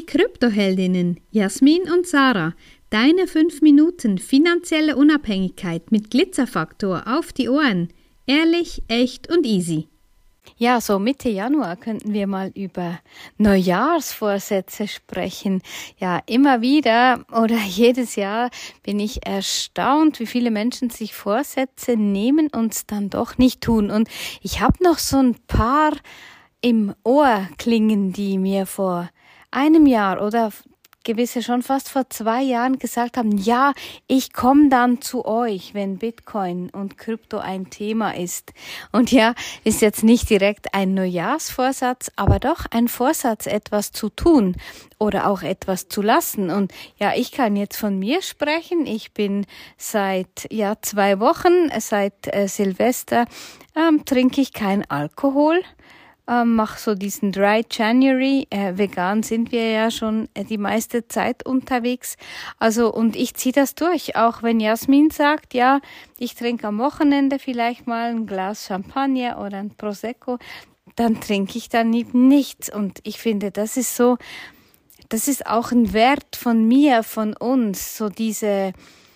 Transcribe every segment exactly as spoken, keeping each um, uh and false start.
Kryptoheldinnen Jasmin und Sarah. Deine fünf Minuten finanzielle Unabhängigkeit mit Glitzerfaktor auf die Ohren. Ehrlich, echt und easy. Ja, so Mitte Januar könnten wir mal über Neujahrsvorsätze sprechen. Ja, immer wieder oder jedes Jahr bin ich erstaunt, wie viele Menschen sich Vorsätze nehmen und es dann doch nicht tun. Und ich habe noch so ein paar im Ohr klingen, die mir vor einem Jahr oder gewisse schon fast vor zwei Jahren gesagt haben, ja, ich komme dann zu euch, wenn Bitcoin und Krypto ein Thema ist. Und ja, ist jetzt nicht direkt ein Neujahrsvorsatz, aber doch ein Vorsatz, etwas zu tun oder auch etwas zu lassen. Und ja, ich kann jetzt von mir sprechen. Ich bin seit ja zwei Wochen, seit äh, Silvester, ähm, trinke ich kein Alkohol. Ähm, mach so diesen Dry January. Äh, vegan sind wir ja schon äh, die meiste Zeit unterwegs. Also, und ich ziehe das durch. Auch wenn Jasmin sagt, ja, ich trinke am Wochenende vielleicht mal ein Glas Champagner oder ein Prosecco, dann trinke ich dann eben nichts. Und ich finde, das ist so, das ist auch ein Wert von mir, von uns, so diese,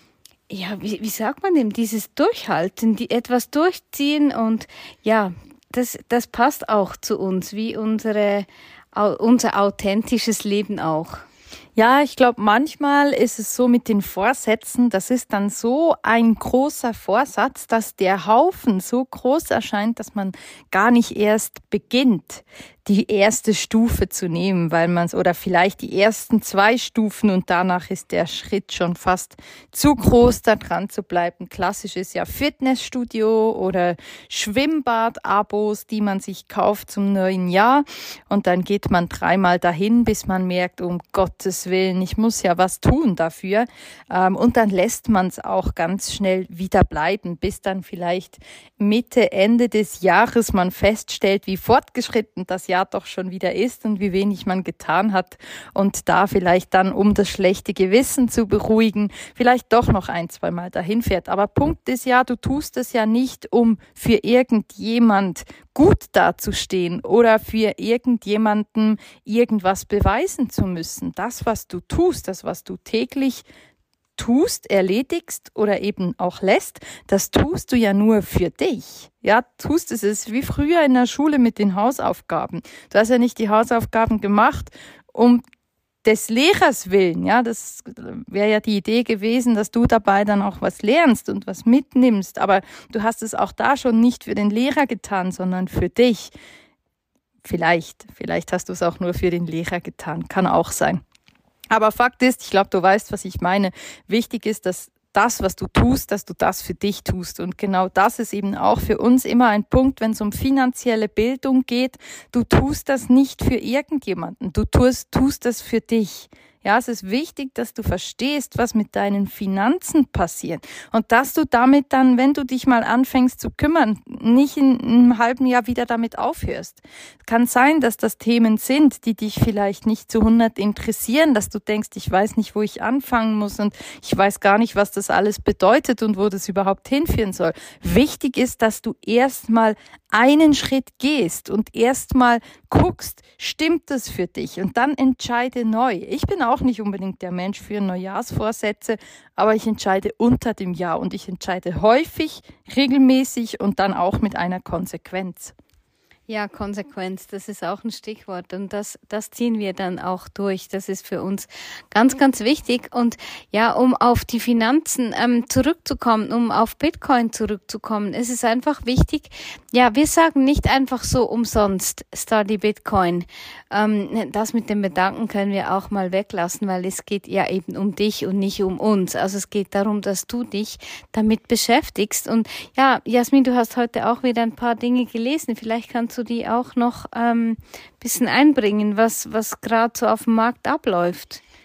ja, wie, wie sagt man dem, dieses Durchhalten, die etwas durchziehen und ja, Das, das passt auch zu uns, wie unsere, unser authentisches Leben auch. Ja, ich glaube, manchmal ist es so mit den Vorsätzen, das ist dann so ein großer Vorsatz, dass der Haufen so groß erscheint, dass man gar nicht erst beginnt, die erste Stufe zu nehmen, weil man es, oder vielleicht die ersten zwei Stufen und danach ist der Schritt schon fast zu groß, da dran zu bleiben. Klassisch ist ja Fitnessstudio oder Schwimmbad-Abos, die man sich kauft zum neuen Jahr und dann geht man dreimal dahin, bis man merkt, um Gottes Willen, ich muss ja was tun dafür. Und dann lässt man es auch ganz schnell wieder bleiben, bis dann vielleicht Mitte, Ende des Jahres man feststellt, wie fortgeschritten das Jahr doch schon wieder ist und wie wenig man getan hat und da vielleicht dann, um das schlechte Gewissen zu beruhigen, vielleicht doch noch ein, zwei Mal dahin fährt. Aber Punkt ist ja, du tust es ja nicht, um für irgendjemand gut dazustehen oder für irgendjemanden irgendwas beweisen zu müssen. Das, was du tust, das, was du täglich tust, erledigst oder eben auch lässt, das tust du ja nur für dich. Ja, tust es, es ist wie früher in der Schule mit den Hausaufgaben. Du hast ja nicht die Hausaufgaben gemacht, um des Lehrers willen. Ja, das wäre ja die Idee gewesen, dass du dabei dann auch was lernst und was mitnimmst. Aber du hast es auch da schon nicht für den Lehrer getan, sondern für dich. Vielleicht, vielleicht hast du es auch nur für den Lehrer getan. Kann auch sein. Aber Fakt ist, ich glaube, du weißt, was ich meine. Wichtig ist, dass das, was du tust, dass du das für dich tust. Und genau das ist eben auch für uns immer ein Punkt, wenn es um finanzielle Bildung geht. Du tust das nicht für irgendjemanden. Du tust, tust das für dich. Ja, es ist wichtig, dass du verstehst, was mit deinen Finanzen passiert und dass du damit dann, wenn du dich mal anfängst zu kümmern, nicht in einem halben Jahr wieder damit aufhörst. Es kann sein, dass das Themen sind, die dich vielleicht nicht zu hundert interessieren, dass du denkst, ich weiß nicht, wo ich anfangen muss und ich weiß gar nicht, was das alles bedeutet und wo das überhaupt hinführen soll. Wichtig ist, dass du erstmal einen Schritt gehst und erstmal guckst, stimmt das für dich? Und dann entscheide neu. Ich bin auch nicht unbedingt der Mensch für Neujahrsvorsätze, aber ich entscheide unter dem Jahr und ich entscheide häufig, regelmäßig und dann auch mit einer Konsequenz. Ja, Konsequenz, das ist auch ein Stichwort und das, das ziehen wir dann auch durch. Das ist für uns ganz, ganz wichtig. Und ja, um auf die Finanzen ähm, zurückzukommen, um auf Bitcoin zurückzukommen, ist es einfach wichtig, ja, wir sagen nicht einfach so umsonst, study Bitcoin. Ähm, das mit dem Bedanken können wir auch mal weglassen, weil es geht ja eben um dich und nicht um uns. Also es geht darum, dass du dich damit beschäftigst. Und ja, Jasmin, du hast heute auch wieder ein paar Dinge gelesen. Vielleicht kannst du die auch noch ähm, bisschen einbringen, was was gerade so auf dem Markt abläuft.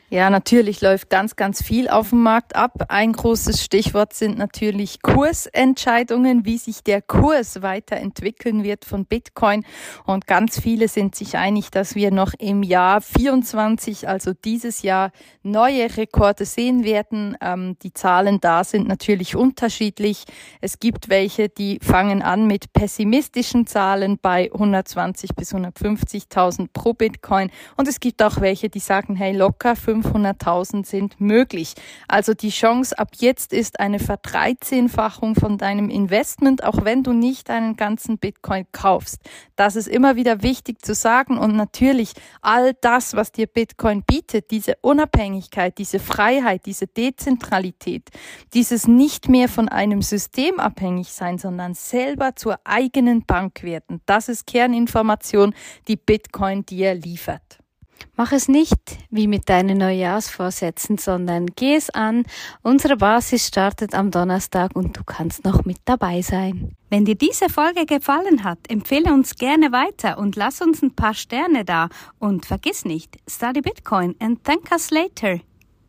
Ja, natürlich läuft ganz, ganz viel auf dem Markt ab. Ein großes Stichwort sind natürlich Kursentscheidungen, wie sich der Kurs weiterentwickeln wird von Bitcoin. Und ganz viele sind sich einig, dass wir noch im Jahr vierundzwanzig, also dieses Jahr, neue Rekorde sehen werden. Ähm, die Zahlen da sind natürlich unterschiedlich. Es gibt welche, die fangen an mit pessimistischen Zahlen bei hundertzwanzig bis hundertfünfzigtausend pro Bitcoin. Und es gibt auch welche, die sagen, hey, locker fünfhunderttausend sind möglich. Also die Chance ab jetzt ist eine Verdreizehnfachung von deinem Investment, auch wenn du nicht einen ganzen Bitcoin kaufst. Das ist immer wieder wichtig zu sagen und natürlich all das, was dir Bitcoin bietet, diese Unabhängigkeit, diese Freiheit, diese Dezentralität, dieses nicht mehr von einem System abhängig sein, sondern selber zur eigenen Bank werden. Das ist Kerninformation, die Bitcoin dir liefert. Mach es nicht wie mit deinen Neujahrsvorsätzen, sondern geh es an. Unsere Basis startet am Donnerstag und du kannst noch mit dabei sein. Wenn dir diese Folge gefallen hat, empfehle uns gerne weiter und lass uns ein paar Sterne da. Und vergiss nicht, study Bitcoin and thank us later.